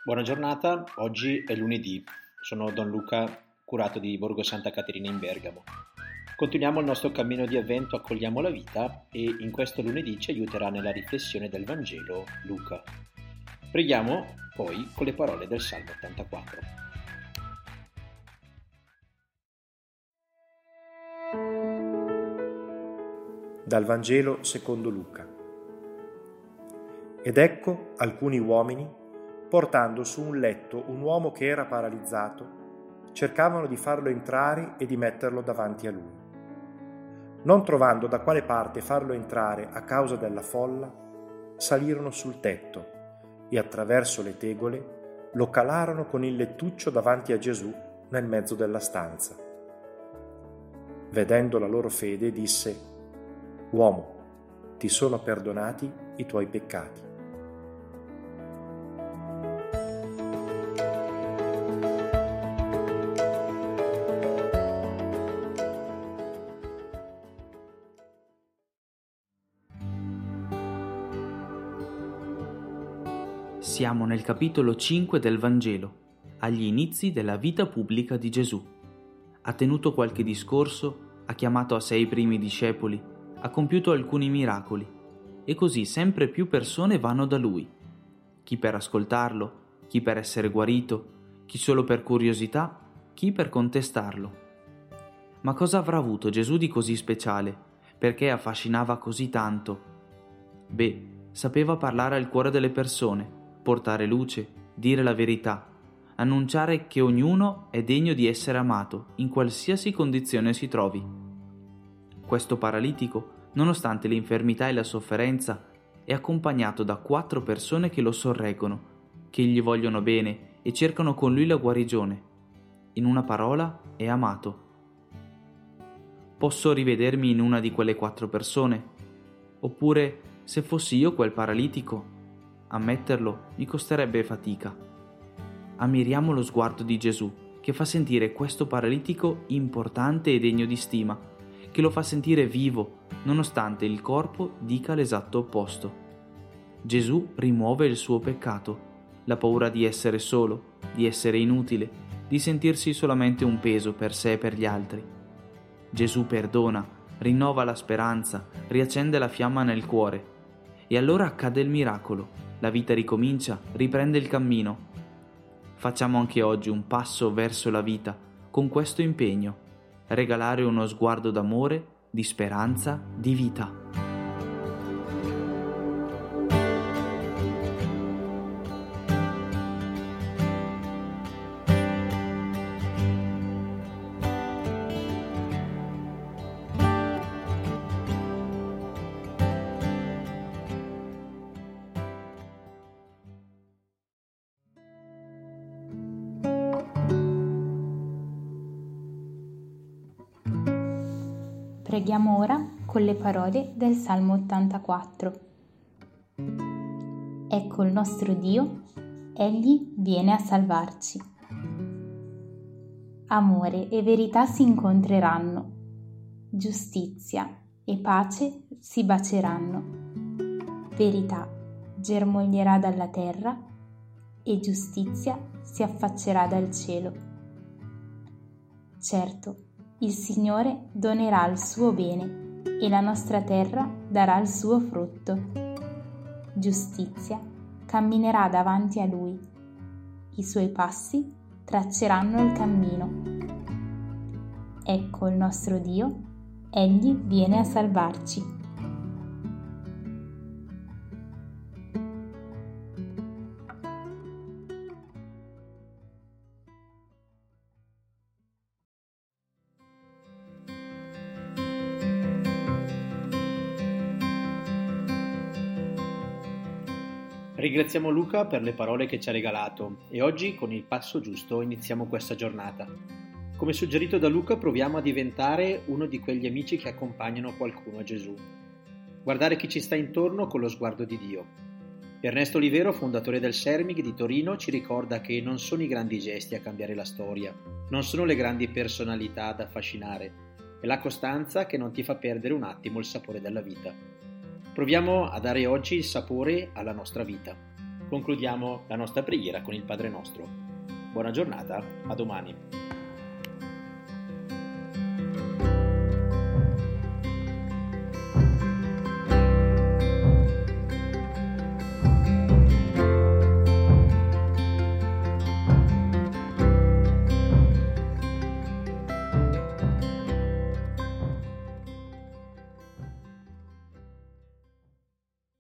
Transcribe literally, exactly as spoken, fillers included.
Buona giornata, oggi è lunedì, sono Don Luca, curato di Borgo Santa Caterina in Bergamo. Continuiamo il nostro cammino di avvento Accogliamo la vita e in questo lunedì ci aiuterà nella riflessione del Vangelo Luca. Preghiamo poi con le parole del Salmo ottantaquattro. Dal Vangelo secondo Luca. Ed ecco alcuni uomini, portando su un letto un uomo che era paralizzato, cercavano di farlo entrare e di metterlo davanti a lui. Non trovando da quale parte farlo entrare a causa della folla, salirono sul tetto e attraverso le tegole lo calarono con il lettuccio davanti a Gesù nel mezzo della stanza. Vedendo la loro fede, disse: «Uomo, ti sono perdonati i tuoi peccati». Siamo nel capitolo cinque del Vangelo, agli inizi della vita pubblica di Gesù. Ha tenuto qualche discorso, ha chiamato a sé i primi discepoli, ha compiuto alcuni miracoli e così sempre più persone vanno da lui, chi per ascoltarlo, chi per essere guarito, chi solo per curiosità, chi per contestarlo. Ma cosa avrà avuto Gesù di così speciale? Perché affascinava così tanto? Beh, sapeva parlare al cuore delle persone, portare luce, dire la verità, annunciare che ognuno è degno di essere amato in qualsiasi condizione si trovi. Questo paralitico, nonostante l'infermità e la sofferenza, è accompagnato da quattro persone che lo sorreggono, che gli vogliono bene e cercano con lui la guarigione. In una parola, è amato. Posso rivedermi in una di quelle quattro persone? Oppure, se fossi io quel paralitico? Ammetterlo mi costerebbe fatica. Ammiriamo lo sguardo di Gesù, che fa sentire questo paralitico importante e degno di stima, che lo fa sentire vivo, nonostante il corpo dica l'esatto opposto. Gesù rimuove il suo peccato, la paura di essere solo, di essere inutile, di sentirsi solamente un peso per sé e per gli altri. Gesù perdona, rinnova la speranza, riaccende la fiamma nel cuore. E allora accade il miracolo. La vita ricomincia, riprende il cammino. Facciamo anche oggi un passo verso la vita con questo impegno: regalare uno sguardo d'amore, di speranza, di vita. Preghiamo ora con le parole del Salmo ottantaquattro. Ecco il nostro Dio, Egli viene a salvarci. Amore e verità si incontreranno, giustizia e pace si baceranno. Verità germoglierà dalla terra e giustizia si affaccerà dal cielo. Certo, il Signore donerà il suo bene e la nostra terra darà il suo frutto. Giustizia camminerà davanti a Lui, i suoi passi tracceranno il cammino. Ecco il nostro Dio, Egli viene a salvarci. Ringraziamo Luca per le parole che ci ha regalato e oggi con il passo giusto iniziamo questa giornata. Come suggerito da Luca, proviamo a diventare uno di quegli amici che accompagnano qualcuno a Gesù. Guardare chi ci sta intorno con lo sguardo di Dio. Ernesto Olivero, fondatore del Sermig di Torino, ci ricorda che non sono i grandi gesti a cambiare la storia, non sono le grandi personalità ad affascinare, è la costanza che non ti fa perdere un attimo il sapore della vita. Proviamo a dare oggi il sapore alla nostra vita. concludiamo la nostra preghiera con il Padre nostro. Buona giornata, a domani.